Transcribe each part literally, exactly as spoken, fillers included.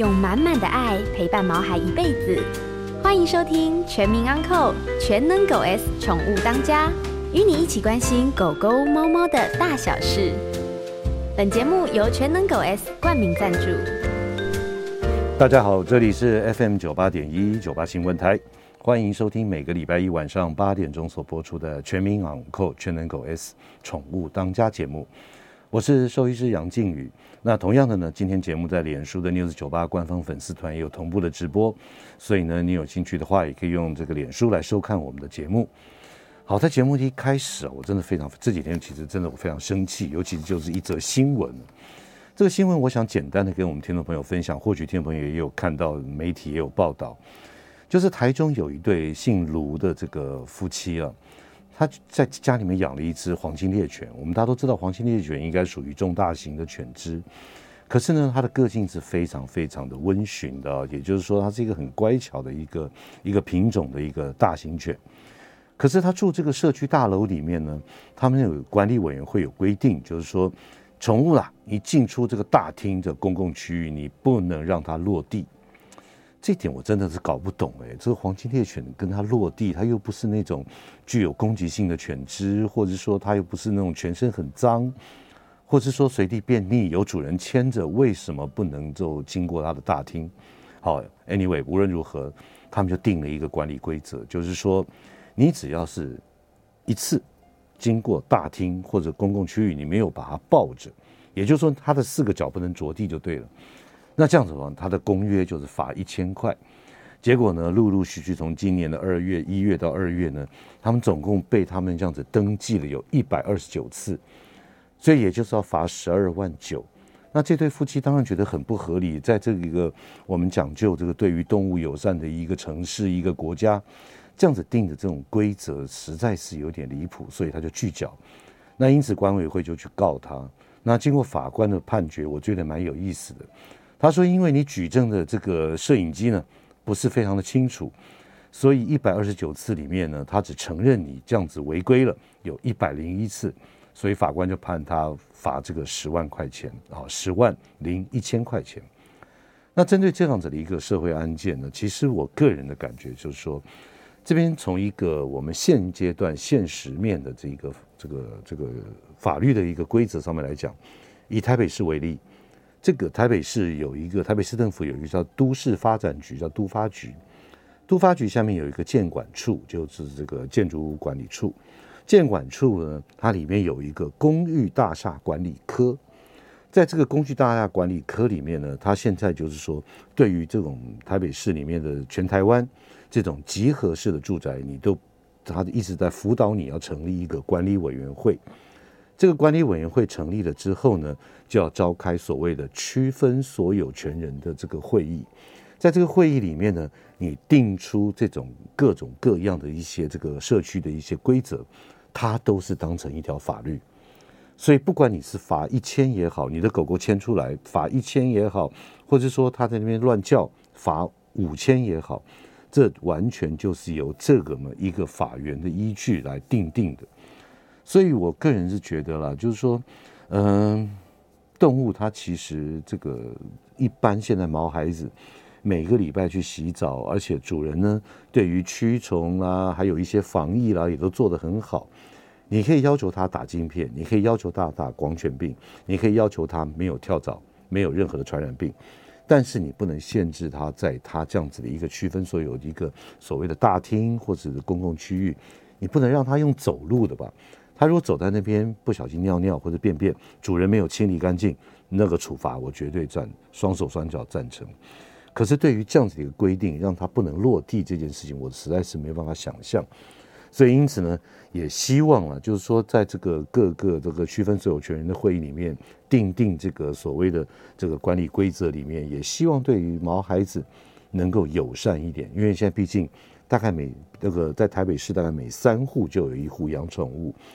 用满满的爱陪伴毛孩一辈子。欢迎收听全民安扣全能狗 S 宠物当家，与你一起关心狗狗猫猫的大小事。本节目由全能狗 S 冠名赞助。 大家好，这里是 F M 九八点一九八新闻台，欢迎收听每个礼拜一晚上八点钟所播出的全民昂扣全能狗 S 宠物当家节目。我是兽医师杨靖宇。那同样的呢，今天节目在脸书的 News 九八官方粉丝团也有同步的直播，所以呢，你有兴趣的话，也可以用这个脸书来收看我们的节目。好，在节目一开始啊，我真的非常这几天其实真的我非常生气，尤其就是一则新闻。这个新闻我想简单的跟我们听众朋友分享，或许听众朋友也有看到，媒体也有报道，就是台中有一对姓卢的这个夫妻啊，他在家里面养了一只黄金猎犬。我们大家都知道，黄金猎犬应该属于中大型的犬只，可是呢，它的个性是非常非常的温驯的、啊，也就是说，它是一个很乖巧的一个一个品种的一个大型犬。可是他住这个社区大楼里面呢，他们有管理委员会有规定，就是说，宠物啦，你进出这个大厅的公共区域，你不能让它落地。这点我真的是搞不懂哎、欸，这个黄金猎犬跟它落地，它又不是那种具有攻击性的犬只，或者说它又不是那种全身很脏，或者说随地便溺有主人牵着，为什么不能够经过它的大厅？好 ，anyway， 无论如何，他们就定了一个管理规则，就是说，你只要是一次经过大厅或者公共区域，你没有把它抱着，也就是说，它的四个脚不能着地就对了。那这样子的话，他的公约就是罚一千块。结果呢，陆陆续续从今年的二月、一月到二月呢，他们总共被他们这样子登记了有一百二十九次，所以也就是要罚十二万九。那这对夫妻当然觉得很不合理，在这个我们讲究这个对于动物友善的一个城市、一个国家，这样子定的这种规则实在是有点离谱，所以他就拒缴。那因此管委会就去告他。那经过法官的判决，我觉得蛮有意思的。他说，因为你举证的这个摄影机呢不是非常的清楚，所以一百二十九次里面呢，他只承认你这样子违规了有一百零一次，所以法官就判他罚这个十万块钱啊，十万零一千块钱。那针对这样子的一个社会案件呢，其实我个人的感觉就是说，这边从一个我们现阶段现实面的这个这个这个法律的一个规则上面来讲，以台北市为例。这个台北市有一个台北市政府有一个叫都市发展局，叫都发局。都发局下面有一个建管处，就是这个建筑管理处。建管处呢，它里面有一个公寓大厦管理科。在这个公寓大厦管理科里面呢，它现在就是说，对于这种台北市里面的全台湾这种集合式的住宅，你都它一直在辅导你要成立一个管理委员会。这个管理委员会成立了之后呢，就要召开所谓的区分所有权人的这个会议。在这个会议里面呢，你定出这种各种各样的一些这个社区的一些规则，它都是当成一条法律。所以不管你是罚一千也好，你的狗狗牵出来罚一千也好，或者说它在那边乱叫罚五千也好，这完全就是由这个么一个法源的依据来定定的。所以我个人是觉得啦，就是说，嗯、呃，动物它其实这个一般现在毛孩子每个礼拜去洗澡，而且主人呢对于驱虫啦，还有一些防疫啦，也都做得很好。你可以要求他打晶片，你可以要求他打狂犬病，你可以要求他没有跳蚤，没有任何的传染病，但是你不能限制他在他这样子的一个区分所有的一个所谓的大厅或者是公共区域，你不能让他用走路的吧？他如果走在那边不小心尿尿或者便便，主人没有清理干净，那个处罚我绝对赞双手双脚赞成。可是对于这样子的一个规定，让他不能落地这件事情，我实在是没有办法想象。所以因此呢，也希望啊，就是说在这个各个这个区分所有权人的会议里面，定定这个所谓的这个管理规则里面，也希望对于毛孩子能够友善一点，因为现在毕竟大概每那个在台北市大概每三户就有一户养宠物。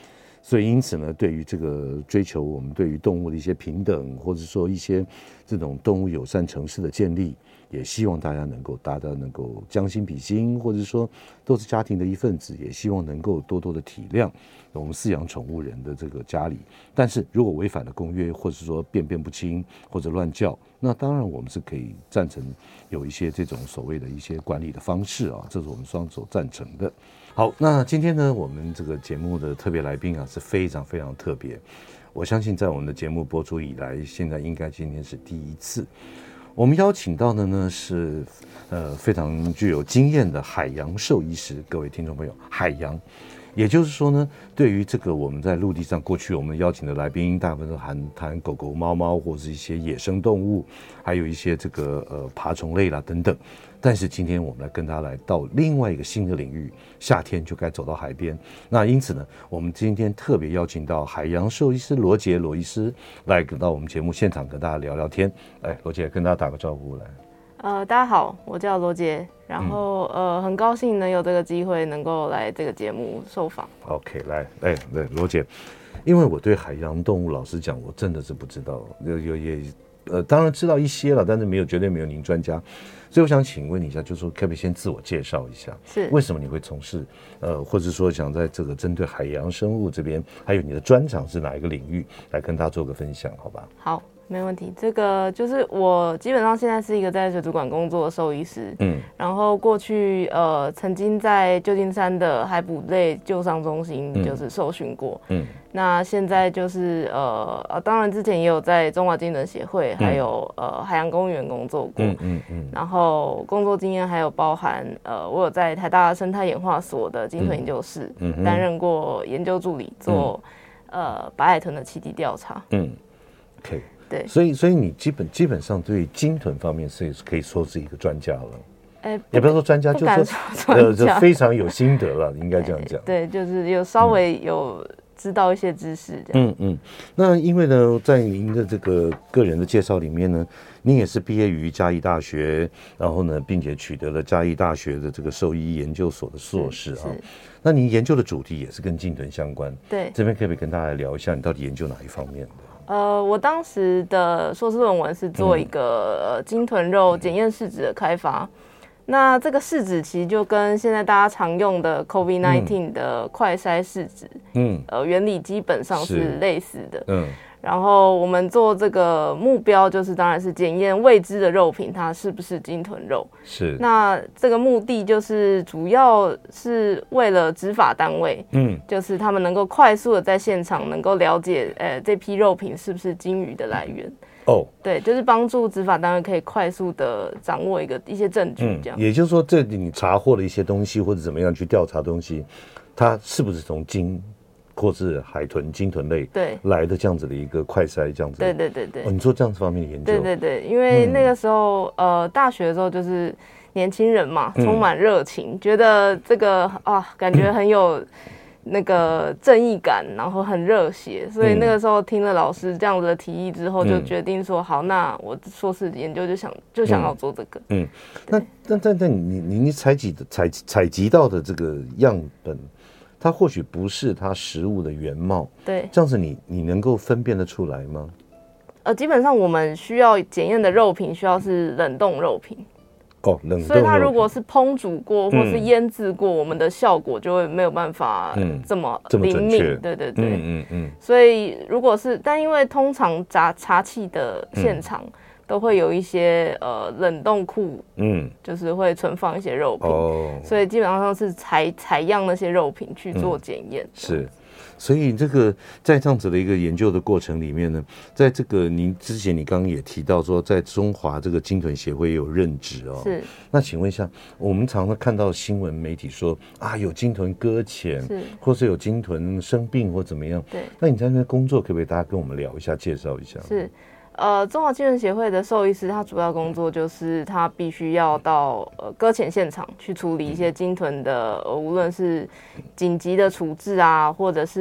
所以因此呢，对于这个追求我们对于动物的一些平等，或者说一些这种动物友善城市的建立，也希望大家能够大家能够将心比心，或者说都是家庭的一份子，也希望能够多多的体谅我们饲养宠物人的这个家里。但是如果违反了公约，或者说辨辨不清或者乱叫，那当然我们是可以赞成有一些这种所谓的一些管理的方式啊，这是我们双手赞成的。好，那今天呢，我们这个节目的特别来宾啊是非常非常特别，我相信在我们的节目播出以来，现在应该今天是第一次。我们邀请到的呢是呃非常具有经验的海洋兽医师，各位听众朋友，海洋，也就是说呢，对于这个我们在陆地上过去我们邀请的来宾，大部分都谈谈狗狗、猫猫或是一些野生动物，还有一些这个呃爬虫类啦等等。但是今天我们来跟他来到另外一个新的领域，夏天就该走到海边。那因此呢，我们今天特别邀请到海洋兽医师罗杰罗医师来到我们节目现场跟大家聊聊天。哎，罗杰跟大家打个招呼来。 呃，大家好，我叫罗杰，然后、嗯、呃，很高兴能有这个机会能够来这个节目受访。 OK， 来，哎，对，罗杰，因为我对海洋动物，老实讲，我真的是不知道，有有也。呃，当然知道一些了，但是没有绝对没有您专家，所以我想请问你一下，就是说可不可以先自我介绍一下？ 是为什么你会从事呃，或者说想在这个针对海洋生物这边，还有你的专长是哪一个领域，来跟大家做个分享，好吧？ 好，没问题。这个就是我基本上现在是一个在水族馆工作的兽医师，嗯，然后过去呃曾经在旧金山的海捕类救伤中心就是受训过，嗯。嗯那现在就是呃当然之前也有在中华鲸豚协会，还有呃海洋公园工作过，嗯嗯嗯。然后工作经验还有包含呃我有在台大生态演化所的鲸豚研究室担、嗯、任过研究助理，做、嗯、呃白海豚的栖地调查。嗯 ，OK， 对， 所以所以你基本基本上对鲸豚方面是可以说是一个专家了。 欸、 也不要说专家，就是说呃，就非常有心得了，应该这样讲、欸。 对，就是有稍微有知道一些知识这样。嗯嗯。 那因为呢，在您的这个个人的介绍里面呢，您也是毕业于嘉义大学，然后呢，并且取得了嘉义大学的这个兽医研究所的硕士啊。那您研究的主题也是跟鲸豚相关。 对。 这边可不可以跟大家来聊一下，你到底研究哪一方面的？ 呃，我当时的硕士论文是做一个鲸豚肉检验试纸的开发。那这个试纸其实就跟现在大家常用的 COVID 十九 的快筛试纸，嗯，呃，原理基本上是类似的，嗯。然后我们做这个目标就是，当然是检验未知的肉品它是不是鲸豚肉。 是。 那这个目的就是主要是为了执法单位，嗯，就是他们能够快速的在现场能够了解，呃，这批肉品是不是鲸鱼的来源。哦，对，就是帮助执法单位可以快速的掌握一个一些证据，这样、 嗯。也就是说，这里你查获了一些东西，或者怎么样去调查东西，它是不是从鲸或是海豚、鲸豚类对来的这样子的一个快筛，这样子。 对对对对。 哦，你做这样子方面的研究。 对对对，因为那个时候、嗯、呃，大学的时候就是年轻人嘛，充满热情、嗯，觉得这个啊，感觉很有。那个正义感，然后很热血，所以那个时候听了老师这样子的提议之后，就决定说、嗯、好，那我硕士研究就想就想要做这个。嗯， 那那但但你你你采集的采采集到的这个样本，它或许不是它食物的原貌， 对， 这样子你你能够分辨得出来吗？ 呃，基本上我们需要检验的肉品需要是冷冻肉品。 哦，冷冻， 所以它如果是烹煮过或是腌制过、嗯，我们的效果就会没有办法这么灵敏。嗯、对对对，嗯嗯嗯。所以如果是，但因为通常查查器的现场都会有一些、嗯、呃冷冻库，嗯，就是会存放一些肉品，哦、所以基本上是采采样那些肉品去做检验、嗯。 是。所以这个在这样子的一个研究的过程里面呢，在这个您之前你刚刚也提到说，在中华这个鲸豚协会也有任职哦。 是。 那请问一下，我们常常看到新闻媒体说啊，有鲸豚搁浅，是，或是有鲸豚生病或怎么样？ 对。 那你在那边工作，可不可以大家跟我们聊一下，介绍一下？ 是。呃，中华鲸豚协会的兽医师，他主要工作就是他必须要到呃搁浅现场去处理一些鲸豚的，呃、无论是紧急的处置啊，或者是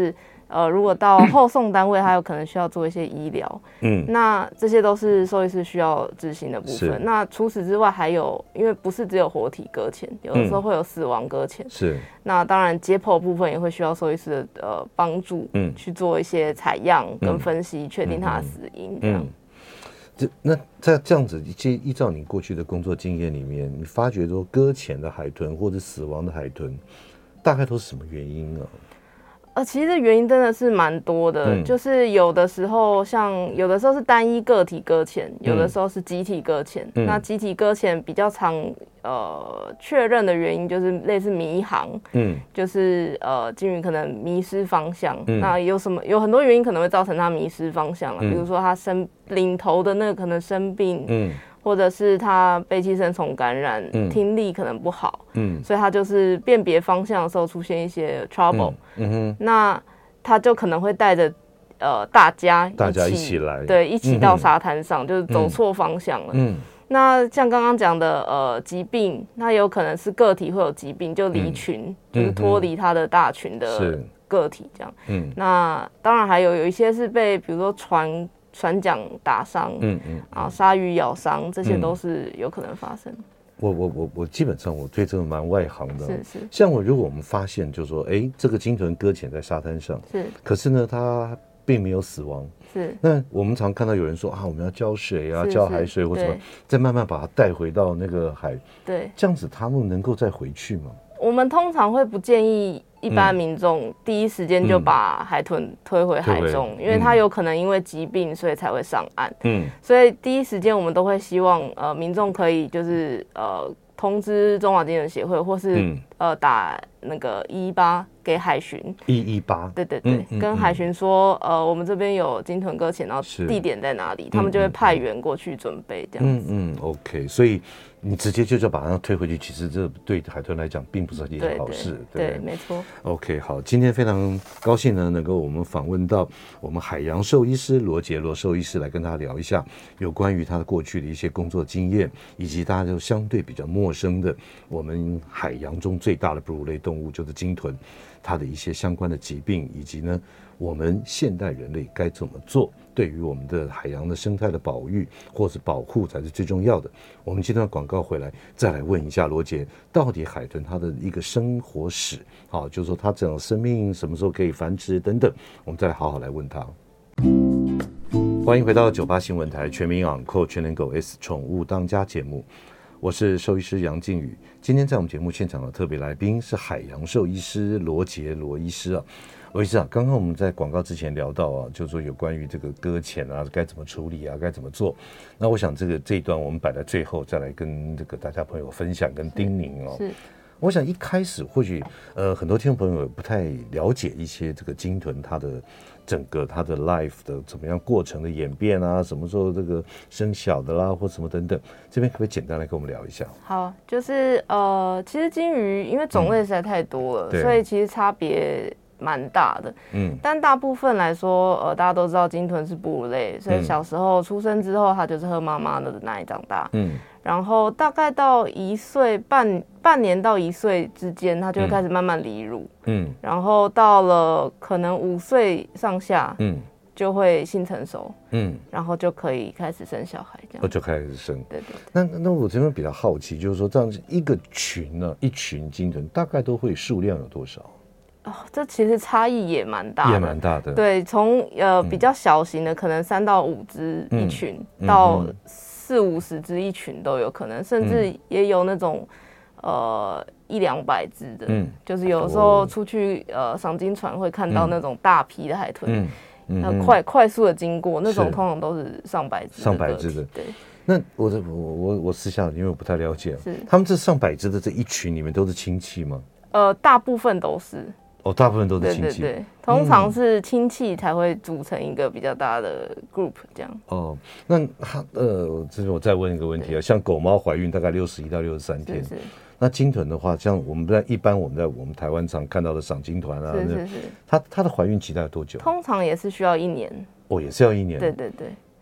呃，如果到后送单位，它有可能需要做一些医疗，嗯，那这些都是兽医师需要执行的部分。那除此之外，还有因为不是只有活体搁浅，有的时候会有死亡搁浅，是。那当然解剖部分也会需要兽医师的呃帮助，嗯，去做一些采样跟分析，确、嗯、定它的死因这样。嗯这那在这样子，依照你过去的工作经验里面，你发觉说搁浅的海豚或者死亡的海豚，大概都是什么原因啊？ 呃，其实原因真的是蛮多的，嗯、就是有的时候像有的时候是单一个体搁浅，有的时候是集体搁浅。嗯、那集体搁浅比较常呃确认的原因就是类似迷航，嗯，就是呃鲸鱼可能迷失方向。嗯、那有什么有很多原因可能会造成它迷失方向了，嗯、比如说它生领头的那个可能生病，嗯。或者是他被寄生虫感染，嗯、听力可能不好，嗯、所以他就是辨别方向的时候出现一些 trouble，嗯嗯、哼那他就可能会带着呃大家大家一起来， 对，一起到沙滩上，嗯、就是走错方向了。嗯、那像刚刚讲的呃疾病，那有可能是个体会有疾病就离群，嗯、就是脱离他的大群的个体这样。嗯、那当然还有有一些是被比如说船。船桨打伤，嗯嗯，啊，鲨鱼咬伤，这些都是有可能发生。 我我我我基本上我对这个蛮外行的， 是是。 像我如果我们发现，就是说，哎，这个鲸豚搁浅在沙滩上，是，可是呢，它并没有死亡，是。那我们常看到有人说啊，我们要浇水啊，浇海水或什么，再慢慢把它带回到那个海，对，这样子它们能够再回去吗？ 我们通常会不建议一般民众第一时间就把海豚推回海中，嗯、因为它有可能因为疾病所以才会上岸。嗯，所以第一时间我们都会希望呃民众可以就是呃通知中华鲸豚协会，或是、嗯、呃打那个一一八给海巡一一八， 对对对，嗯、跟海巡说呃我们这边有鲸豚搁浅，然后地点在哪里，他们就会派员过去准备这样子。 嗯嗯 ，OK， 所以。你直接就就把它推回去，其实这对海豚来讲并不是一件好事， 对对，没错。 OK， 好，今天非常高兴呢，能够我们访问到我们海洋兽医师罗杰罗兽医师来跟大家聊一下有关于他的过去的一些工作经验，以及大家就相对比较陌生的我们海洋中最大的哺乳类动物就是鲸豚，它的一些相关的疾病，以及呢我们现代人类该怎么做。对于我们的海洋的生态的保育或是保护才是最重要的。我们这段广告回来再来问一下罗杰，到底海豚它的一个生活史，好，就是说它整个生命什么时候可以繁殖等等，我们再来好好来问他。欢迎回到九八新闻台全民养狗全能狗 S 宠物当家节目，我是兽医师杨靖宇。今天在我们节目现场的特别来宾是海洋兽医师罗杰罗医师啊。罗医师啊，刚刚我们在广告之前聊到啊，就是说有关于这个搁浅啊，该怎么处理啊，该怎么做。那我想这个这一段我们摆在最后再来跟这个大家朋友分享跟叮咛哦。是。我想一开始或许呃很多听众朋友不太了解一些这个鲸豚它的整个它的 life 的怎么样过程的演变啊，什么时候这个生小的啦或什么等等，这边可不可以简单来跟我们聊一下？ 好，就是呃其实鲸鱼因为种类实在太多了，嗯、所以其实差别。蛮大的，嗯，但大部分来说，呃，大家都知道鲸豚是哺乳类，所以小时候出生之后，它就是喝妈妈的奶长大，嗯，然后大概到一岁半半年到一岁之间，它就会开始慢慢离乳，嗯，然后到了可能五岁上下，嗯，就会性成熟，嗯，然后就可以开始生小孩，这样， 哦，就开始生， 对 对, 对。 那那我这边比较好奇，就是说这样一个群呢、啊，一群鲸豚大概都会数量有多少？ 哦，这其实差异也蛮大的， 也蛮大的。 对，从呃、嗯、比较小型的，可能三到五只一群，嗯、到四五十只一群都有可能，甚至也有那种呃一两百只的，嗯，就是有时候出去呃赏鲸船会看到那种大批的海豚，嗯嗯嗯、快快速的经过，那种通常都是上百只， 上百只的，对。那我的我我我私下因为我不太了解， 是他们这上百只的这一群里面都是亲戚吗？ 呃，大部分都是。 哦，大部分都是亲戚， 对对对，通常是亲戚才会组成一个比较大的 group 这样。 哦，那它呃，这边我再问一个问题啊，像狗猫怀孕大概六十一到六十三天，是是。那鲸豚的话，像我们在一般我们在我们台湾常看到的赏鲸团啊，是是是，它它的怀孕期大概多久？ 通常也是需要一年。 哦，也是要一年。 对对对。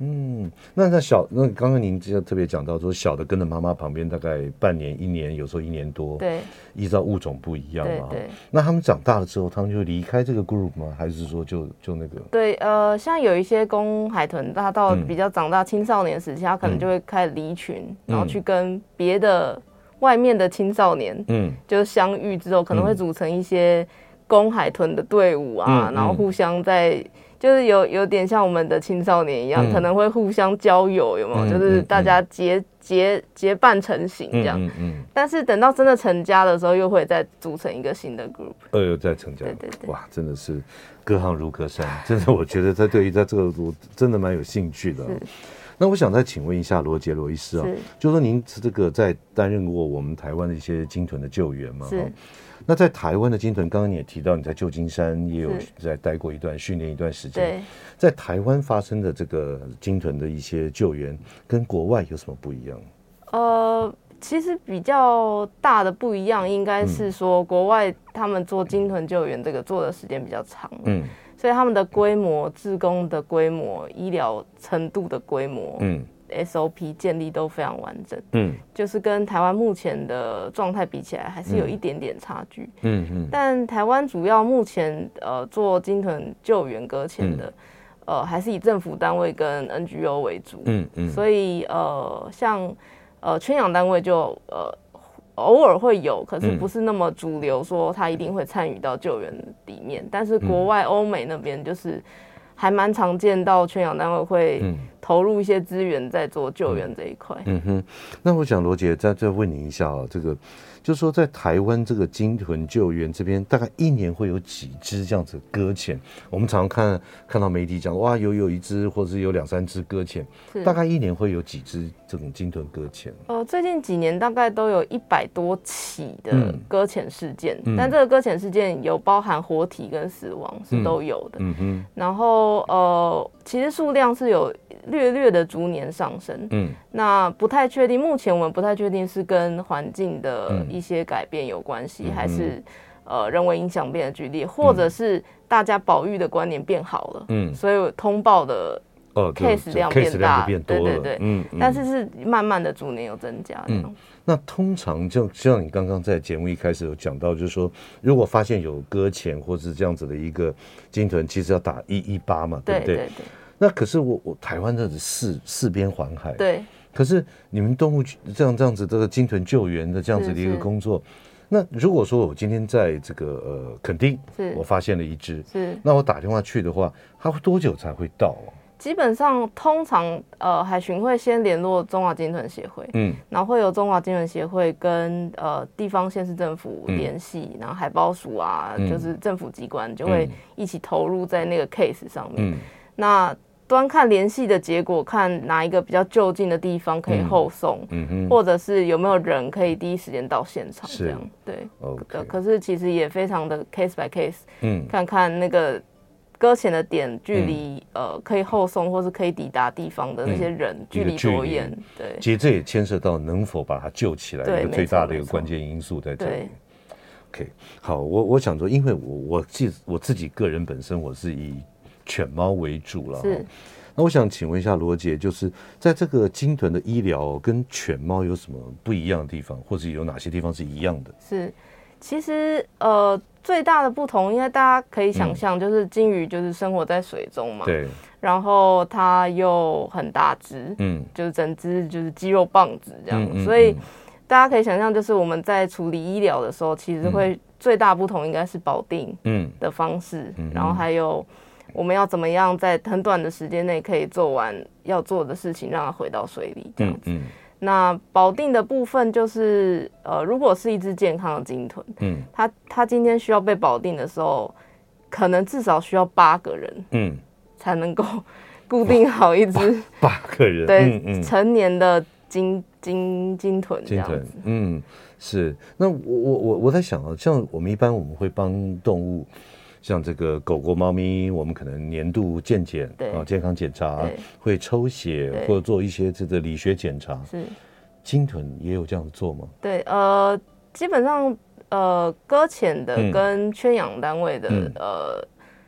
嗯，那那小那刚刚您就特别讲到说，小的跟着妈妈旁边大概半年、一年，有时候一年多， 对， 依照物种不一样嘛。 对对。 那他们长大了之后，他们就离开这个 group 吗？还是说就就那个？ 对，呃，像有一些公海豚，它到比较长大青少年时期，它可能就会开始离群，嗯、然后去跟别的外面的青少年，嗯，就相遇之后，可能会组成一些公海豚的队伍啊，嗯、然后互相在。就是有有点像我们的青少年一样，嗯、可能会互相交友，有没有？嗯、就是大家结结结伴成行这样。嗯 嗯, 嗯。但是等到真的成家的时候，又会再组成一个新的 group。 呃，又再成家。 对对对。 哇，真的是隔行如隔山，真的，我觉得在对于在这个我真的蛮有兴趣的。那我想再请问一下罗杰罗医师啊，就是说您这个在担任过我们台湾的一些鲸豚的救援嘛？是。那在台湾的鲸豚，刚刚你也提到你在旧金山也有在待过一段训练一段时间。在台湾发生的这个鲸豚的一些救援，跟国外有什么不一样？ 呃，其实比较大的不一样，应该是说国外他们做鲸豚救援这个做的时间比较长，嗯，所以他们的规模、志工的规模、医疗程度的规模，嗯。S O P 建立都非常完整，嗯，就是跟台湾目前的状态比起来，还是有一点点差距，嗯嗯。但台湾主要目前呃做鲸豚救援搁浅的，嗯、呃还是以政府单位跟 N G O 为主，嗯嗯。所以呃像呃圈养单位就呃偶尔会有，可是不是那么主流，说他一定会参与到救援里面。但是国外欧美那边就是还蛮常见到圈养单位会。嗯投入一些资源在做救援这一块。嗯哼， 那我想罗姐再再问你一下啊，这个就是说在台湾这个鲸豚救援这边，大概一年会有几只这样子搁浅？我们常常看看到媒体讲，哇，有有一只或者是有两三只搁浅，大概一年会有几只这种鲸豚搁浅？ 呃，最近几年大概都有一百多起的搁浅事件，嗯、但这个搁浅事件有包含活体跟死亡是都有的。嗯哼，然后呃，其实数量是有。略略的逐年上升，嗯，那不太确定，目前我们不太确定是跟环境的一些改变有关系，嗯、还是呃人为影响变得剧烈，或者是大家保育的观念变好了，嗯，所以通报的 case 量变大， 变多了， 对对对，嗯，嗯但是是慢慢的逐年有增加，嗯。 那通常就像你刚刚在节目一开始有讲到，就是说，如果发现有搁浅或是这样子的一个鲸豚，其实要打一一八嘛，对不对？对对对。那可是我我台湾这是四四边环海， 对。 可是你们动物这样这样子这个鲸豚救援的这样子的一个工作，那如果说我今天在这个呃垦丁，我发现了一只，是，那我打电话去的话，它会多久才会到啊？ 基本上，通常呃海巡会先联络中华鲸豚协会，嗯，然后会由中华鲸豚协会跟呃地方县市政府联系，嗯、然后海保署啊，嗯、就是政府机关就会一起投入在那个 case 上面。嗯、那端看联系的结果，看哪一个比较就近的地方可以后送，嗯嗯、或者是有没有人可以第一时间到现场，这样对。Okay. 可是其实也非常的 case by case，嗯，看看那个。搁浅的点距离、嗯、呃可以后送或是可以抵达地方的那些人、嗯、距离多远？对， 其实这也牵涉到能否把它救起来一个最大的一个关键因素在这里。OK， 好，我我想说，因为我我自我自己个人本身我是以犬猫为主了，是。那我想请问一下罗姐，就是在这个鲸豚的医疗跟犬猫有什么不一样的地方，或者有哪些地方是一样的？ 是，其实呃。最大的不同，因为大家可以想象，就是鲸鱼就是生活在水中嘛，对、嗯，然后它又很大只，嗯，就是整只就是肌肉棒子这样，嗯嗯、所以大家可以想象，就是我们在处理医疗的时候，其实会最大不同应该是保定的方式，嗯、然后还有我们要怎么样在很短的时间内可以做完要做的事情，让它回到水里这样子。嗯嗯那保定的部分就是，呃，如果是一只健康的鲸豚，嗯，它它今天需要被保定的时候，可能至少需要八个人，嗯，才能够固定好一只八个人， 对，嗯嗯、成年的鲸鲸鲸豚这样子， 嗯，是。那我我我我在想啊，像我们一般我们会帮动物。像这个狗狗、猫咪，我们可能年度健检啊，健康检查会抽血或者做一些这个理学检查。是，鲸豚也有这样子做吗？ 对，呃，基本上呃，搁浅的跟圈养单位的、嗯、呃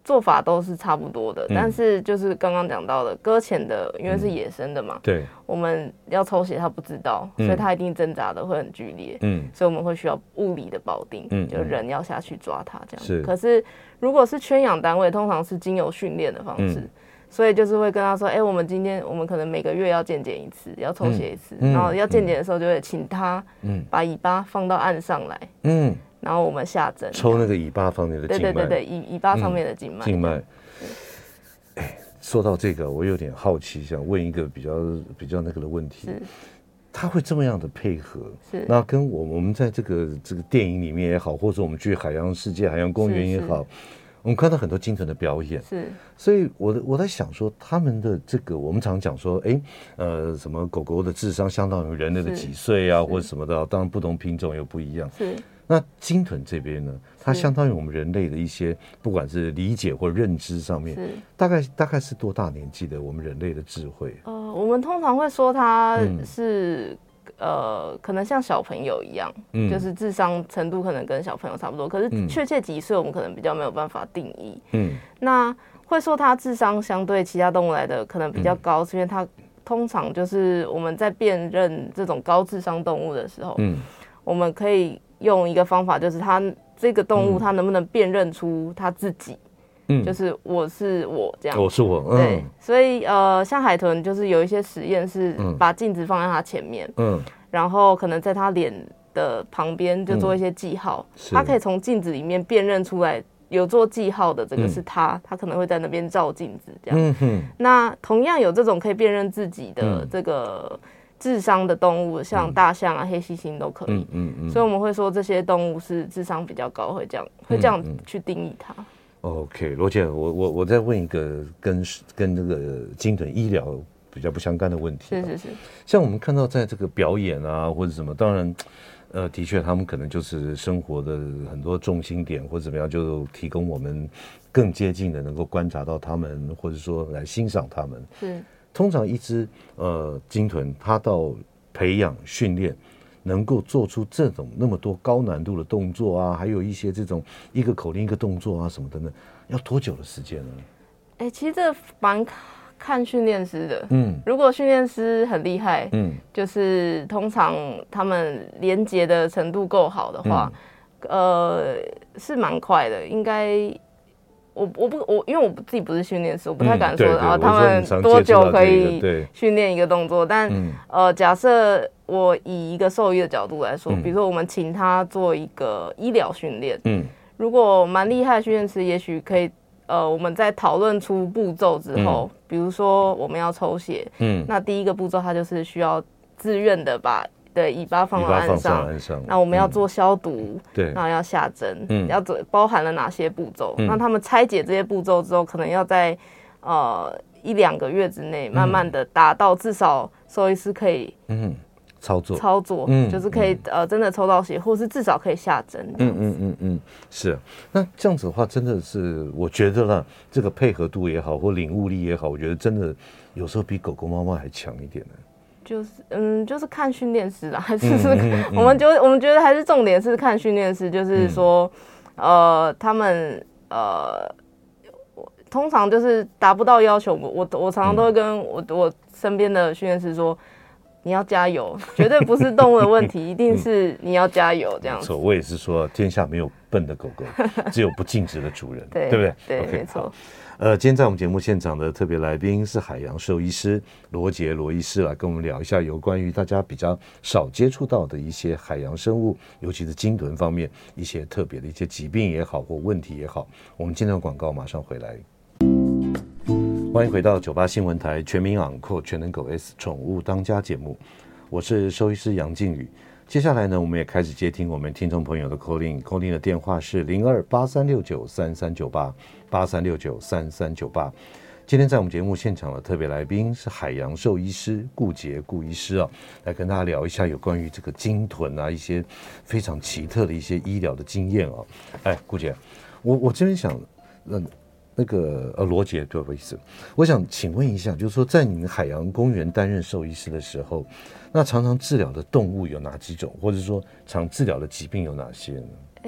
做法都是差不多的，嗯、但是就是刚刚讲到的搁浅的，因为是野生的嘛，嗯、 对， 我们要抽血，它不知道，嗯、所以它一定挣扎的会很剧烈，嗯，所以我们会需要物理的保定，嗯，就人要下去抓它这样。是，可是如果是圈养单位，通常是经由训练的方式。嗯，所以就是会跟他说，哎、欸，我们今天我们可能每个月要健检一次，要抽血一次，嗯、然后要健检的时候就会请他把尾巴放到岸上来，嗯，然后我们下针抽那个尾巴方面的静脉， 对对对对，尾尾巴上面的静脉， 静脉。哎，说到这个，我有点好奇，想问一个比较比较那个的问题，是他会这么样的配合，是那跟我我们在这个这个电影里面也好，或者我们去海洋世界、海洋公园也好。我们看到很多鲸豚的表演，是，所以我的我在想说，他们的这个，我们常讲说，哎，呃，什么狗狗的智商相当于人类的几岁啊，或者什么的，当然不同品种又不一样。是，那鲸豚这边呢，它相当于我们人类的一些，不管是理解或认知上面，大概大概是多大年纪的我们人类的智慧？ 呃，我们通常会说它是。嗯呃，可能像小朋友一样，嗯、就是智商程度可能跟小朋友差不多，可是确切几岁我们可能比较没有办法定义。嗯，那会说它智商相对其他动物来的可能比较高，嗯、是因为它通常就是我们在辨认这种高智商动物的时候，嗯，我们可以用一个方法，就是它这个动物它能不能辨认出它自己。嗯，就是我是我这样， 我是我，嗯、 对，所以呃，像海豚就是有一些实验是把镜子放在它前面，嗯，然后可能在它脸的旁边就做一些记号，它、嗯、可以从镜子里面辨认出来有做记号的这个是它，它、嗯、可能会在那边照镜子这样。嗯哼，那同样有这种可以辨认自己的这个智商的动物，像大象啊、黑猩猩都可以。嗯嗯嗯，所以我们会说这些动物是智商比较高，会这样会这样去定义它。 OK， 罗姐，我我我再问一个跟跟这个鲸豚医疗比较不相干的问题。 是是是。 像我们看到在这个表演啊或者什么，当然，呃，的确他们可能就是生活的很多重心点或者怎么样，就提供我们更接近的能够观察到他们，或者说来欣赏他们。是。通常一只呃鲸豚，它到培养训练。能够做出这种那么多高难度的动作啊，还有一些这种一个口令一个动作啊什么的呢，要多久的时间呢？ 哎、欸，其实这蛮看训练师的。嗯，如果训练师很厉害，嗯，就是通常他们连结的程度够好的话，嗯、呃，是蛮快的，应该。我我不我因为我自己不是训练师，我不太敢说啊、嗯、他们多久可以训练一个动作。但、嗯、呃，假设我以一个兽医的角度来说，嗯、比如说我们请他做一个医疗训练，嗯，如果蛮厉害的训练师，也许可以呃，我们在讨论出步骤之后，嗯、比如说我们要抽血，嗯，那第一个步骤它就是需要自愿的把。对，尾巴放到岸上，岸上那我们要做消毒，嗯、对，然后要下针，嗯，要做包含了哪些步骤？嗯、那他们拆解这些步骤之后，可能要在呃一两个月之内，慢慢的达到至少兽医师可以嗯操作操作，嗯，就是可以、嗯、呃真的抽到血，或是至少可以下针。 嗯嗯嗯嗯，是。那这样子的话，真的是我觉得啦，这个配合度也好，或领悟力也好，我觉得真的有时候比狗狗、猫猫还强一点呢。 就是嗯，就是看训练师啦，还是是、嗯嗯嗯、我们觉得我们觉得还是重点是看训练师，就是说，嗯、呃，他们呃，通常就是达不到要求，我我我常常都会跟我我身边的训练师说，你要加油，绝对不是动物的问题，一定是你要加油这样子。 没错，我也是说，天下没有笨的狗狗，只有不尽职的主人， 对对不对？ 对， okay, 没错。 呃，今天在我们节目现场的特别来宾是海洋兽医师罗杰罗医师，来跟我们聊一下有关于大家比较少接触到的一些海洋生物，尤其是鲸豚方面一些特别的一些疾病也好或问题也好。我们今天的广告马上回来。欢迎回到九八新闻台全民昂扣全能狗 S 宠物当家节目，我是兽医师杨靖宇。接下来呢，我们也开始接听我们听众朋友的 call in， call in 的电话是零二八三六九三三九八八三六九三三九八。今天在我们节目现场的特别来宾是海洋兽医师顾杰顾医师啊，来跟大家聊一下有关于这个鲸豚啊一些非常奇特的一些医疗的经验啊。哎，顾杰，我我这边想，嗯。那个呃，罗杰，对不好意思，我想请问一下，就是说，在你海洋公园担任兽医师的时候，那常常治疗的动物有哪几种，或者说常治疗的疾病有哪些呢？ 诶，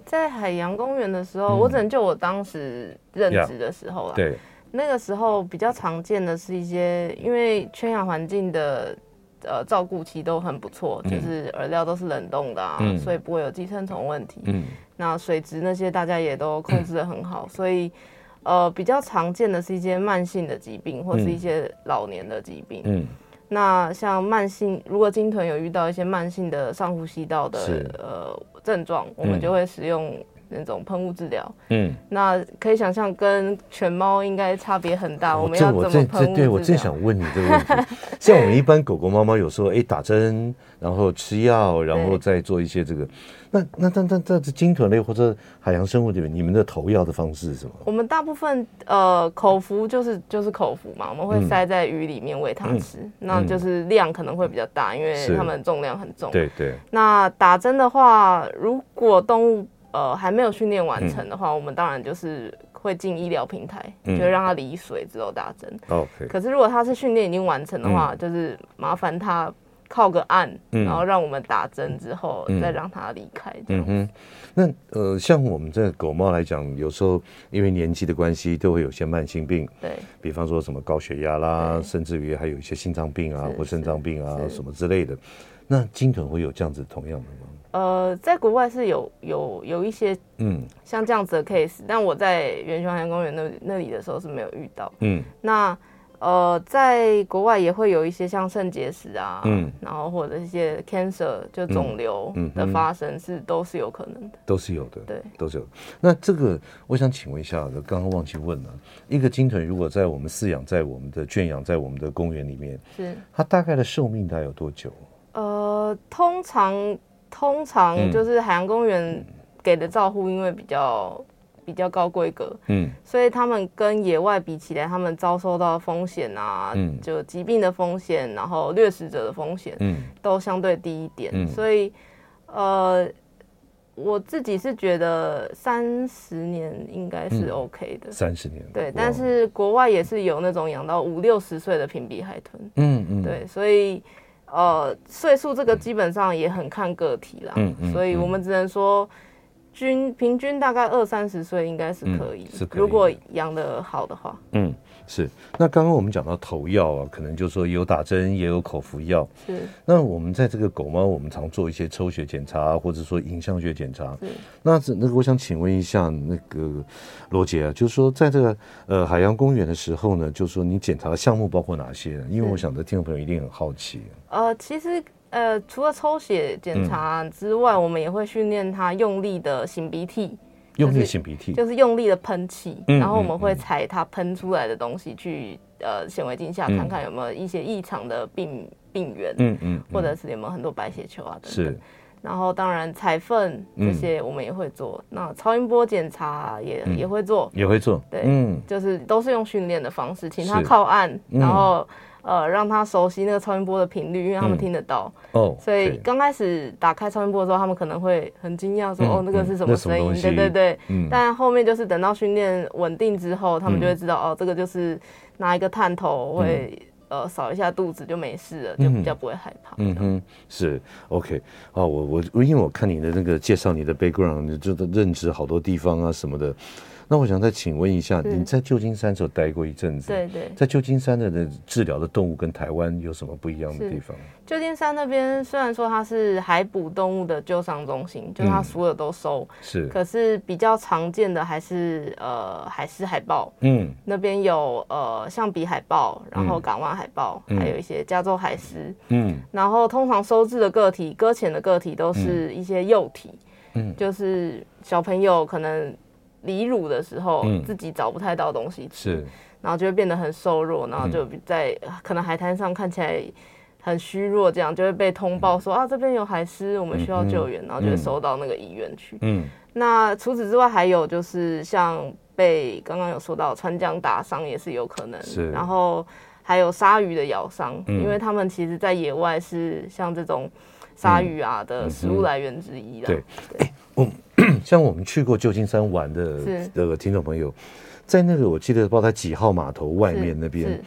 在海洋公园的时候，嗯、我只能就我当时任职的时候啦。 对， 那个时候比较常见的是一些，因为圈养环境的呃照顾其实都很不错，嗯、就是饵料都是冷冻的啊，嗯、所以不会有寄生虫问题。嗯，那水质那些大家也都控制得很好，嗯、所以呃比较常见的是一些慢性的疾病或是一些老年的疾病。嗯。那像慢性，如果鲸豚有遇到一些慢性的上呼吸道的呃症状，我们就会使用那种喷雾治疗。嗯，那可以想象跟犬猫应该差别很大。我们要怎么喷雾治疗？ 对，我正想问你这个问题。像我们一般狗狗、猫猫有时候哎打针，然后吃药，然后再做一些这个。那那那那这鲸豚类或者海洋生物里面，你们的投药的方式是什么？ 我们大部分呃口服就是就是口服嘛，我们会塞在鱼里面喂它吃，嗯、那就是量可能会比较大，因为它们重量很重。 对对。 那打针的话，如果动物呃还没有训练完成的话，嗯、我们当然就是会进医疗平台，嗯、就让它离水之后打针。 OK。 可是如果它是训练已经完成的话，嗯、就是麻烦它靠个岸，嗯、然后让我们打针之后，嗯、再让它离开这样子。嗯哼， 那呃，像我们这狗猫来讲，有时候因为年纪的关系，都会有些慢性病， 对， 比方说什么高血压啦，甚至于还有一些心脏病啊或肾脏病啊什么之类的。那鲸豚会有这样子同样的吗？ 呃，在国外是有有有一些嗯像这样子的 case， 但我在远雄海洋公园那那里的时候是没有遇到。嗯，那。呃，在国外也会有一些像肾结石啊，嗯，然后或者一些 cancer 就肿瘤的发生是、嗯、都是有可能的， 都是有的， 对， 都是有的。那这个我想请问一下，刚刚忘记问了，一个鲸豚如果在我们饲养在我们的圈养在我们的公园里面， 是它大概的寿命大概有多久？ 呃，通常通常就是海洋公园给的照护，因为比较。比较高规格，嗯，所以他们跟野外比起来，他们遭受到风险啊，嗯，就疾病的风险，然后掠食者的风险，嗯，都相对低一点，嗯，所以，呃，我自己是觉得三十年应该是 OK 的， 三十年， 对，但是国外也是有那种养到五六十岁的平鼻海豚，嗯嗯，对，所以，呃，岁数这个基本上也很看个体啦，嗯嗯，所以我们只能说。均平均大概二三十岁应该是可以，嗯、是可以如果养得好的话。 嗯，是。那刚刚我们讲到投药啊，可能就是说有打针也有口服药。 是。 那我们在这个狗猫，我们常做一些抽血检查，或者说影像学检查。是。那那个我想请问一下那个罗姐啊，就是说在这个呃海洋公园的时候呢，就是说你检查的项目包括哪些呢？因为我想的听众朋友一定很好奇。 呃，其实。呃，除了抽血检查之外，嗯、我们也会训练他用力的擤鼻涕， 用力擤鼻涕， 就是用力的喷气，嗯、然后我们会采它喷出来的东西去呃显微镜下看看有没有一些异常的病病原，嗯嗯，或者是有没有很多白血球啊等等。是。然后当然采粪这些我们也会做，嗯、那超音波检查也、嗯、也会做， 也会做， 对，嗯，就是都是用训练的方式，请他靠岸，嗯、然后。呃，让他熟悉那个超音波的频率，因为他们听得到。嗯、哦，所以刚开始打开超音波的时候，他们可能会很惊讶，说：“嗯、哦，那个是什么声音？”对对对。嗯。但后面就是等到训练稳定之后，他们就会知道，嗯、哦，这个就是拿一个探头会、嗯、呃扫一下肚子就没事了，就比较不会害怕。 嗯哼，是 OK。哦，我我因为我看你的那个介绍你的 background， 你就认知好多地方啊什么的。那我想再请问一下，你在旧金山时候待过一阵子， 对对， 在旧金山的治疗的动物跟台湾有什么不一样的地方？ 旧金山那边虽然说它是海捕动物的救伤中心，就是它所有都收，是、嗯，可是比较常见的还是呃海狮海豹，嗯，那边有呃象鼻海豹，然后港湾海豹，嗯、还有一些加州海狮，嗯，然后通常收治的个体、搁浅的个体都是一些幼体，嗯，就是小朋友可能。离乳的时候，嗯、自己找不太到东西吃，是，然后就会变得很瘦弱，然后就在、嗯、可能海滩上看起来很虚弱，这样就会被通报说、嗯、啊这边有海狮，我们需要救援，嗯、然后就会收到那个医院去。嗯，那除此之外还有就是像被刚刚有说到川江打伤也是有可能，是，然后还有鲨鱼的咬伤，嗯、因为他们其实在野外是像这种鲨鱼啊的食物来源之一的。 对，对欸我像我们去过旧金山玩的这个听众朋友，在那个我记得不知道在几号码头外面那边，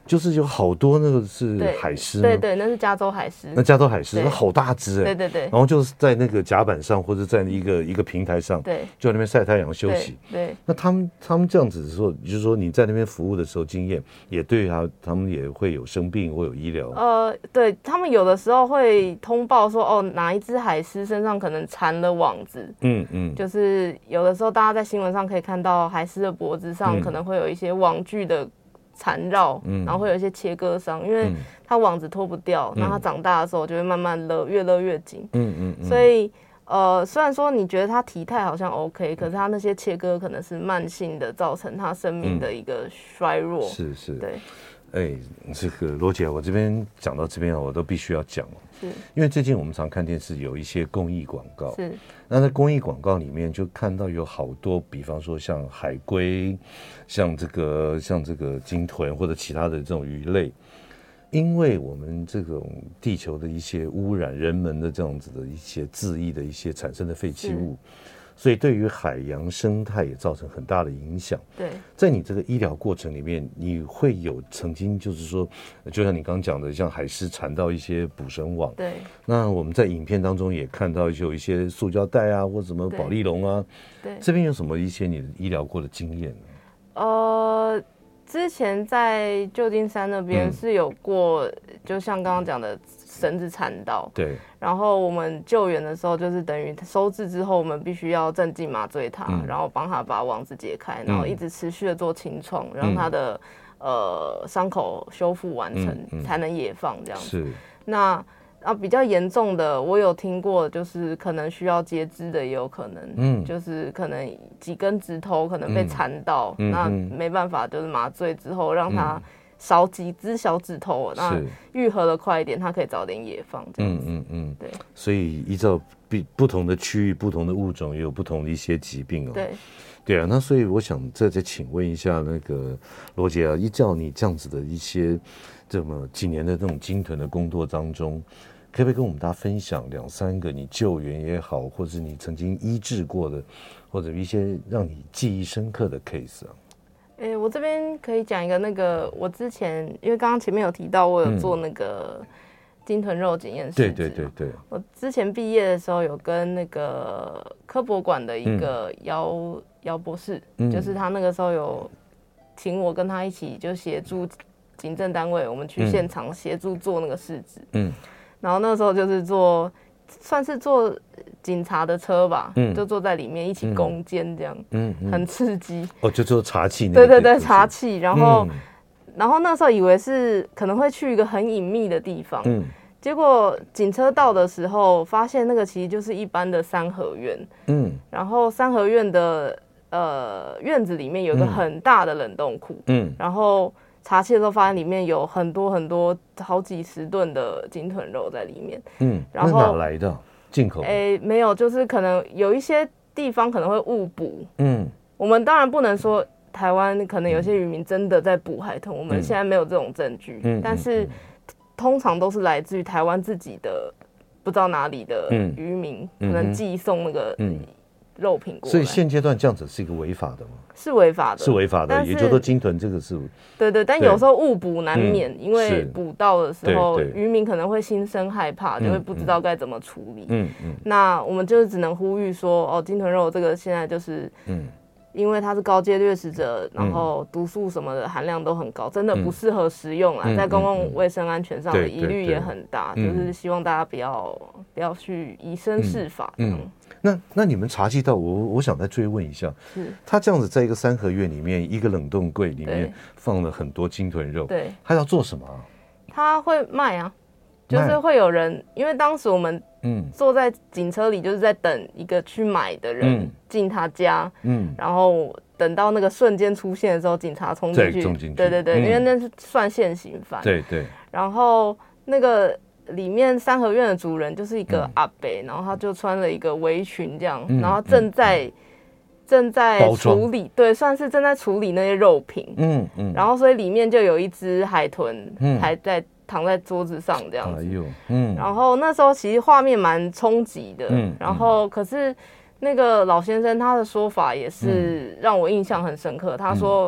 就是有好多那个是海狮吗？ 对对，那是加州海狮。 那加州海狮那好大只哎、欸！ 对对对。 然后就是在那个甲板上或者在一个一个平台上， 对， 就在那边晒太阳休息。 对。对那他们他们这样子的时候，就是说你在那边服务的时候，经验也对他他们也会有生病或有医疗。 呃，对他们有的时候会通报说，哦，哪一只海狮身上可能缠了网子。嗯嗯。就是有的时候大家在新闻上可以看到海狮的脖子上可能会有一些网具的缠绕，嗯，然后会有一些切割伤，因为它网子脱不掉，那、嗯、它长大的时候就会慢慢勒，越勒越紧，嗯嗯, 嗯，所以呃，虽然说你觉得它体态好像 OK， 可是它那些切割可能是慢性的，造成它生命的一个衰弱，嗯、 是是， 对。 哎，这个罗姐，我这边讲到这边啊，我都必须要讲， 是因为最近我们常看电视有一些公益广告， 是那在公益广告里面就看到有好多，比方说像海龟，像这个像这个鲸豚或者其他的这种鱼类，因为我们这种地球的一些污染，人们的这样子的一些恣意的一些产生的废弃物。所以对于海洋生态也造成很大的影响。 对， 在你这个医疗过程里面，你会有曾经就是说，就像你刚刚讲的，像海狮缠到一些捕绳网。 对。 那我们在影片当中也看到有一些塑胶袋啊，或者什么保丽龙啊。 对。 这边有什么一些你的医疗过的经验呢？ 呃，之前在旧金山那边是有过，嗯、就像刚刚讲的。绳子缠到， 对， 然后我们救援的时候，就是等于收治之后，我们必须要镇静麻醉他，嗯、然后帮他把网子解开，然后一直持续的做清创，嗯、让他的呃伤口修复完成，嗯嗯、才能野放这样子。 是， 那啊比较严重的，我有听过，就是可能需要截肢的也有可能，嗯，就是可能几根指头可能被缠到，嗯、那没办法，就是麻醉之后让他。嗯少几只小指头，那愈合的快一点，它可以早点野放，这样子。嗯嗯嗯，对。 所以依照不同的区域、不同的物种，也有不同的一些疾病哦。 对， 对啊。那所以我想再再请问一下那个罗姐啊，依照你这样子的一些这么几年的这种鲸豚的工作当中，可不可以跟我们大家分享两三个你救援也好，或者你曾经医治过的，或者一些让你记忆深刻的 case 啊？ 哎、欸，我这边可以讲一个那个，我之前因为刚刚前面有提到，我有做那个鲸豚肉检验室。对对对对。 我之前毕业的时候有跟那个科博馆的一个姚姚、嗯、博士，嗯、就是他那个时候有请我跟他一起就协助警政单位，我们去现场协助做那个试纸。嗯。然后那时候就是做。算是坐警察的车吧，嗯、就坐在里面一起攻坚这样，嗯嗯、很刺激。 哦，就做查器那个。对对对，查器。然后，嗯、然后那时候以为是可能会去一个很隐秘的地方，嗯、结果警车到的时候，发现那个其实就是一般的三合院。嗯，然后三合院的呃院子里面有一个很大的冷冻库，嗯，然后。查器的时候发现里面有很多很多好几十吨的鲸豚肉在里面，嗯， 然后哪来的？进口？ 哎，没有，就是可能有一些地方可能会误捕，嗯，我们当然不能说台湾可能有些渔民真的在捕海豚，嗯、我们现在没有这种证据，嗯，但是、嗯、通常都是来自于台湾自己的不知道哪里的渔民，嗯、可能寄送那个。嗯肉品过来， 所以现阶段这样子是一个违法的吗？ 是违法的， 是违法的，也就是说鲸豚这个是， 对对，但有时候误捕难免，嗯、因为捕到的时候，渔民可能会心生害怕，就会不知道该怎么处理。嗯嗯，那我们就是只能呼吁说，哦，鲸豚肉这个现在就是，嗯。因为它是高阶掠食者，然后毒素什么的含量都很高，真的不适合食用啦，嗯、在公共卫生安全上的疑虑也很大，嗯、就是希望大家不要不要去以身试法。嗯，嗯那那你们查缉到我，我想再追问一下，是他这样子在一个三合院里面，一个冷冻柜里面放了很多鲸豚肉，对，他要做什么、啊？ 他会卖啊。就是会有人，因为当时我们坐在警车里，就是在等一个去买的人进他家，嗯，然后等到那个瞬间出现的时候，警察冲进去，对对对，嗯、因为那是算现行犯， 对对。 然后那个里面三合院的主人就是一个阿伯，嗯、然后他就穿了一个围裙这样，嗯、然后正在、嗯、正在处理，对，算是正在处理那些肉品，嗯嗯，然后所以里面就有一只海豚还在。躺在桌子上这样子，哎呦，嗯，然后那时候其实画面蛮冲击的，嗯，然后可是那个老先生他的说法也是让我印象很深刻，嗯、他说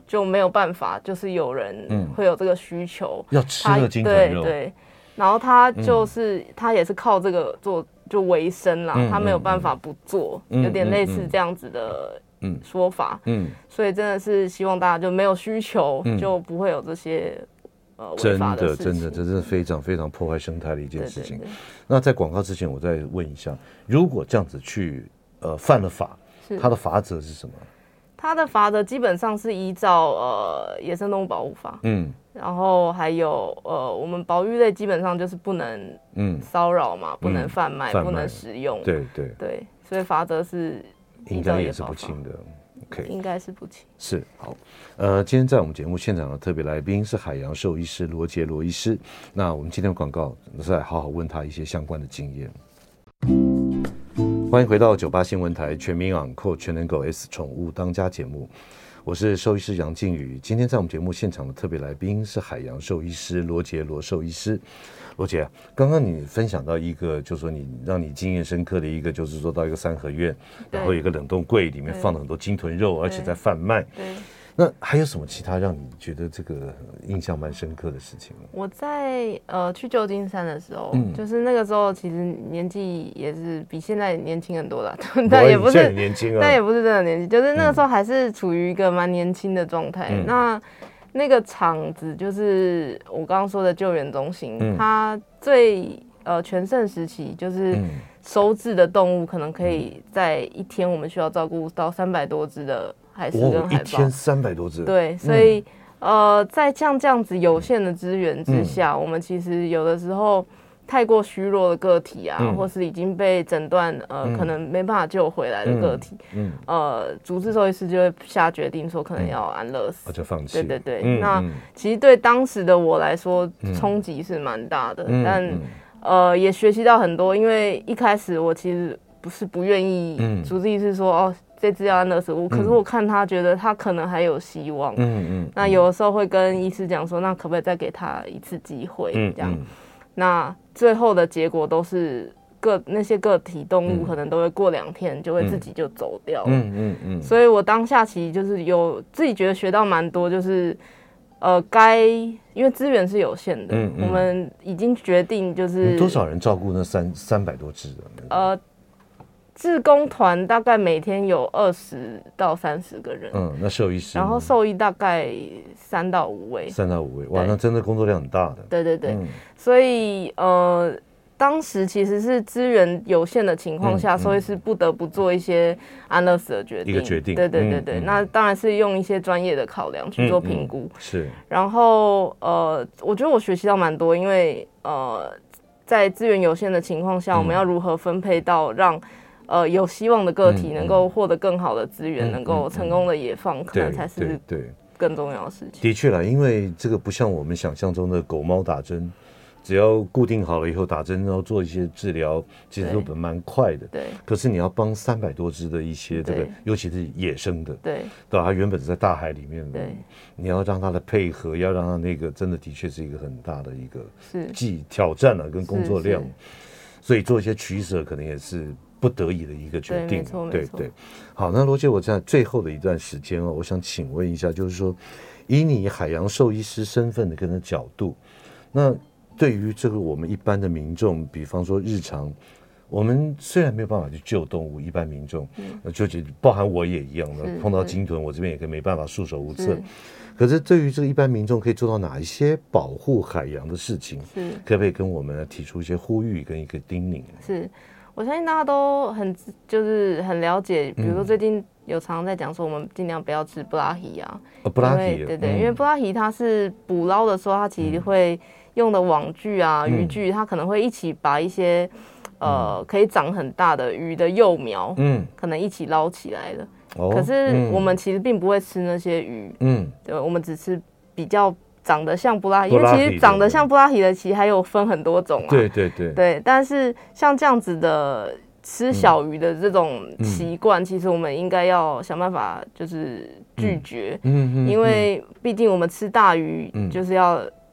就没有办法，就是有人会有这个需求， 嗯、要吃那个金豚肉， 对对，然后他就是、嗯、他也是靠这个做就维生啦、嗯，他没有办法不做，嗯、有点类似这样子的说法，嗯，嗯所以真的是希望大家就没有需求，嗯、就不会有这些。呃、 真的，真的，这是非常非常破坏生态的一件事情。对对对，那在广告之前，我再问一下，如果这样子去呃犯了法，他的罚则是什么？ 他的罚则基本上是依照呃野生动物保护法，嗯，然后还有呃我们保育类基本上就是不能嗯骚扰嘛，嗯、不能贩卖，嗯、不能使用， 对对对，所以罚则是应该也是不轻的。 Okay. 应该是不轻。 是好，呃，今天在我们节目现场的特别来宾是海洋兽医师罗杰罗医师。那我们今天的广告再好好问他一些相关的经验。欢迎回到九八新闻台全民养狗全能狗 S 宠物当家节目，我是兽医师杨靖宇。今天在我们节目现场的特别来宾是海洋兽医师罗杰罗兽医师。罗姐，刚刚你分享到一个，就是说你让你经验深刻的一个，就是说到一个三合院，然后有一个冷冻柜，里面放了很多金豚肉，而且在贩卖。对。那还有什么其他让你觉得这个印象蛮深刻的事情？ 我在呃去旧金山的时候，嗯、就是那个时候其实年纪也是比现在年轻很多了，但也不是年轻啊， 但也不是真的年轻，就是那个时候还是处于一个蛮年轻的状态。嗯、那那个场子就是我刚刚说的救援中心，嗯、它最呃全盛时期就是收治的动物可能可以在一天我们需要照顾到三百多只的海狮跟海豹， 一天三百多只。 对，所以、嗯、呃在像这样子有限的资源之下、嗯，我们其实有的时候太过虚弱的个体啊，嗯、或是已经被诊断呃、嗯、可能没办法救回来的个体，嗯，嗯呃，主治兽医师就会下决定说可能要安乐死， 嗯、就放弃。 对对对，嗯、那、嗯、其实对当时的我来说冲击是蛮大的，嗯、但、嗯、呃也学习到很多，因为一开始我其实不是不愿意，嗯、主治医师说哦这只要安乐死，我可是我看他觉得他可能还有希望，嗯嗯，那有的时候会跟医师讲说，那可不可以再给他一次机会，嗯、这样。嗯那最后的结果都是个那些个体动物可能都会过两天就会自己就走掉了，嗯嗯嗯。所以我当下其实就是有自己觉得学到蛮多，就是呃该因为资源是有限的，嗯嗯，我们已经决定就是多少人照顾那三三百多只的， 呃。志工团大概每天有二十到三十个人， 嗯，那兽医师， 然后兽医大概三到五位， 三到五位，哇，那真的工作量很大的。 对对对，嗯、所以呃，当时其实是资源有限的情况下，兽、嗯、医师不得不做一些安乐死的决定， 一个决定， 对对对对，嗯、那当然是用一些专业的考量去做评估，嗯嗯、 是。 然后呃，我觉得我学习到蛮多，因为呃，在资源有限的情况下，嗯、我们要如何分配到让呃，有希望的个体能够获得更好的资源，嗯、能够成功的野放，嗯、可能才是对更重要的事情。 的确啦，因为这个不像我们想象中的狗猫打针，只要固定好了以后打针，然后做一些治疗，其实都蛮快的。 对。 可是你要帮三百多只的一些这个，尤其是野生的， 对， 对吧？它原本是在大海里面的， 对， 你要让它的配合，要让它那个，真的的确是一个很大的一个是挑战啊，跟工作量，所以做一些取舍，可能也是不得已的一个决定。 对对对。 好，那罗姐，我在最后的一段时间哦，我想请问一下，就是说，以你海洋兽医师身份的跟的角度，那对于这个我们一般的民众，比方说日常，我们虽然没有办法去救动物，一般民众，嗯，就包含我也一样的，碰到鲸豚，我这边也可以没办法束手无策。可是对于这个一般民众，可以做到哪一些保护海洋的事情？是，可不可以跟我们提出一些呼吁跟一个叮咛？ 是。我相信大家都很就是很了解，比如说最近有常常在讲说，我们尽量不要吃布拉希啊， 哦，布拉希， 对对，嗯、因为布拉希它是捕捞的时候，它其实会用的网具啊、嗯、渔具，它可能会一起把一些呃、嗯、可以长很大的鱼的幼苗，嗯，可能一起捞起来了。哦、可是我们其实并不会吃那些鱼，嗯，对，我们只吃比较长得像布拉希，因为其实长得像布拉希的其实还有分很多种啊。 对对对。 对，但是像这样子的吃小鱼的这种习惯，嗯、其实我们应该要想办法就是拒绝。嗯嗯。因为毕竟我们吃大鱼，就是要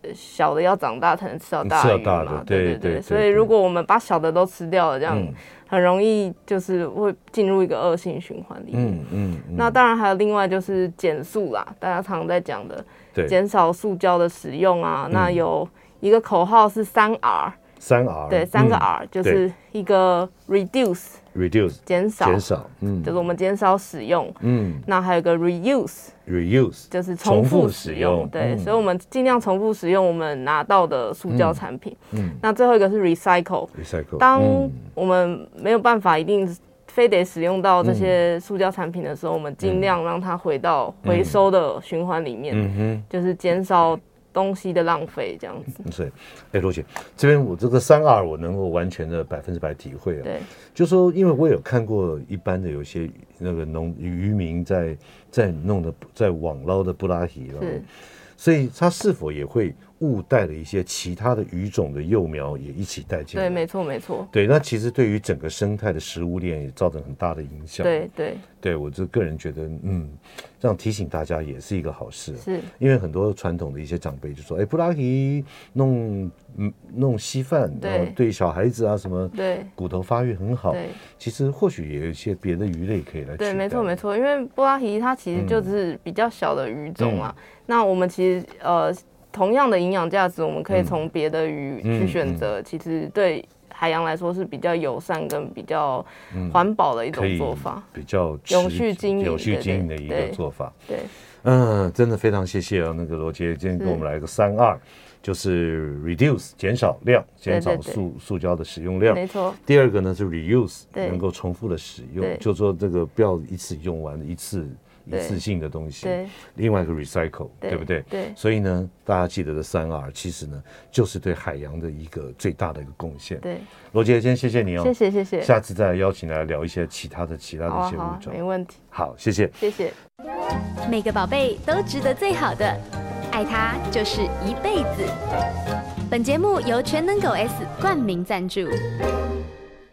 小的要长大才能吃到大的鱼嘛， 对对 对, 对。 所以如果我们把小的都吃掉了，这样很容易就是会进入一个恶性循环里面。嗯 嗯, 嗯。那当然还有另外就是减塑啦，大家常常在讲的，减少塑胶的使用啊。那有一个口号是三 R。 三 R 对，三个 R、嗯、就是一个 reduce reduce 减少减少，嗯， 就是我们减少使用，嗯，那还有一个 reuse reuse 就是重复使用，对、嗯，所以我们尽量重复使用我们拿到的塑胶产品，嗯，那最后一个是 recycle recycle， 当我们没有办法一定非得使用到这些塑胶产品的时候，嗯、我们尽量让它回到回收的循环里面，嗯哼，就是减少东西的浪费这样子。是， 哎，罗姐，这边我这个三 R 我能够完全的百分之百体会啊。 对， 就说因为我有看过一般的有些那个农渔民在在弄的在网捞的布拉提了，所以他是否也会误带了一些其他的鱼种的幼苗也一起带进来？ 对，没错没错。 对，那其实对于整个生态的食物链也造成很大的影响。 对对对，我就个人觉得，嗯，这样提醒大家也是一个好事。 是， 因为很多传统的一些长辈就说，哎，布拉提弄嗯弄稀饭，对，对小孩子啊什么，对，骨头发育很好。对，其实或许也有一些别的鱼类可以来取代。 对，没错没错，因为布拉提它其实就是比较小的鱼种啊。嗯、那我们其实呃。同样的营养价值，我们可以从别的鱼去选择、嗯嗯，其实对海洋来说是比较友善跟比较环保的一种做法， 嗯、比较永续经营、 有序经营的一个做法。 对， 嗯，真的非常谢谢啊，那个罗杰今天给我们来个三二，就是 reduce 减少量，减少塑塑胶的使用量， 没错。 第二个呢是 reuse 能够重复的使用，就说这个不要一次用完一次。一次性的东西，对，另外一个 recycle， 对, 对不对？ 对， 所以呢，大家记得的三 R， 其实呢，就是对海洋的一个最大的一个贡献。 对， 罗杰，今天谢谢你哦， 谢谢谢谢， 下次再来邀请来聊一些其他的其他的一些物种， 没问题。 好，谢谢， 谢谢。 每个宝贝都值得最好的，爱它就是一辈子。本节目由全能狗 S 冠名赞助。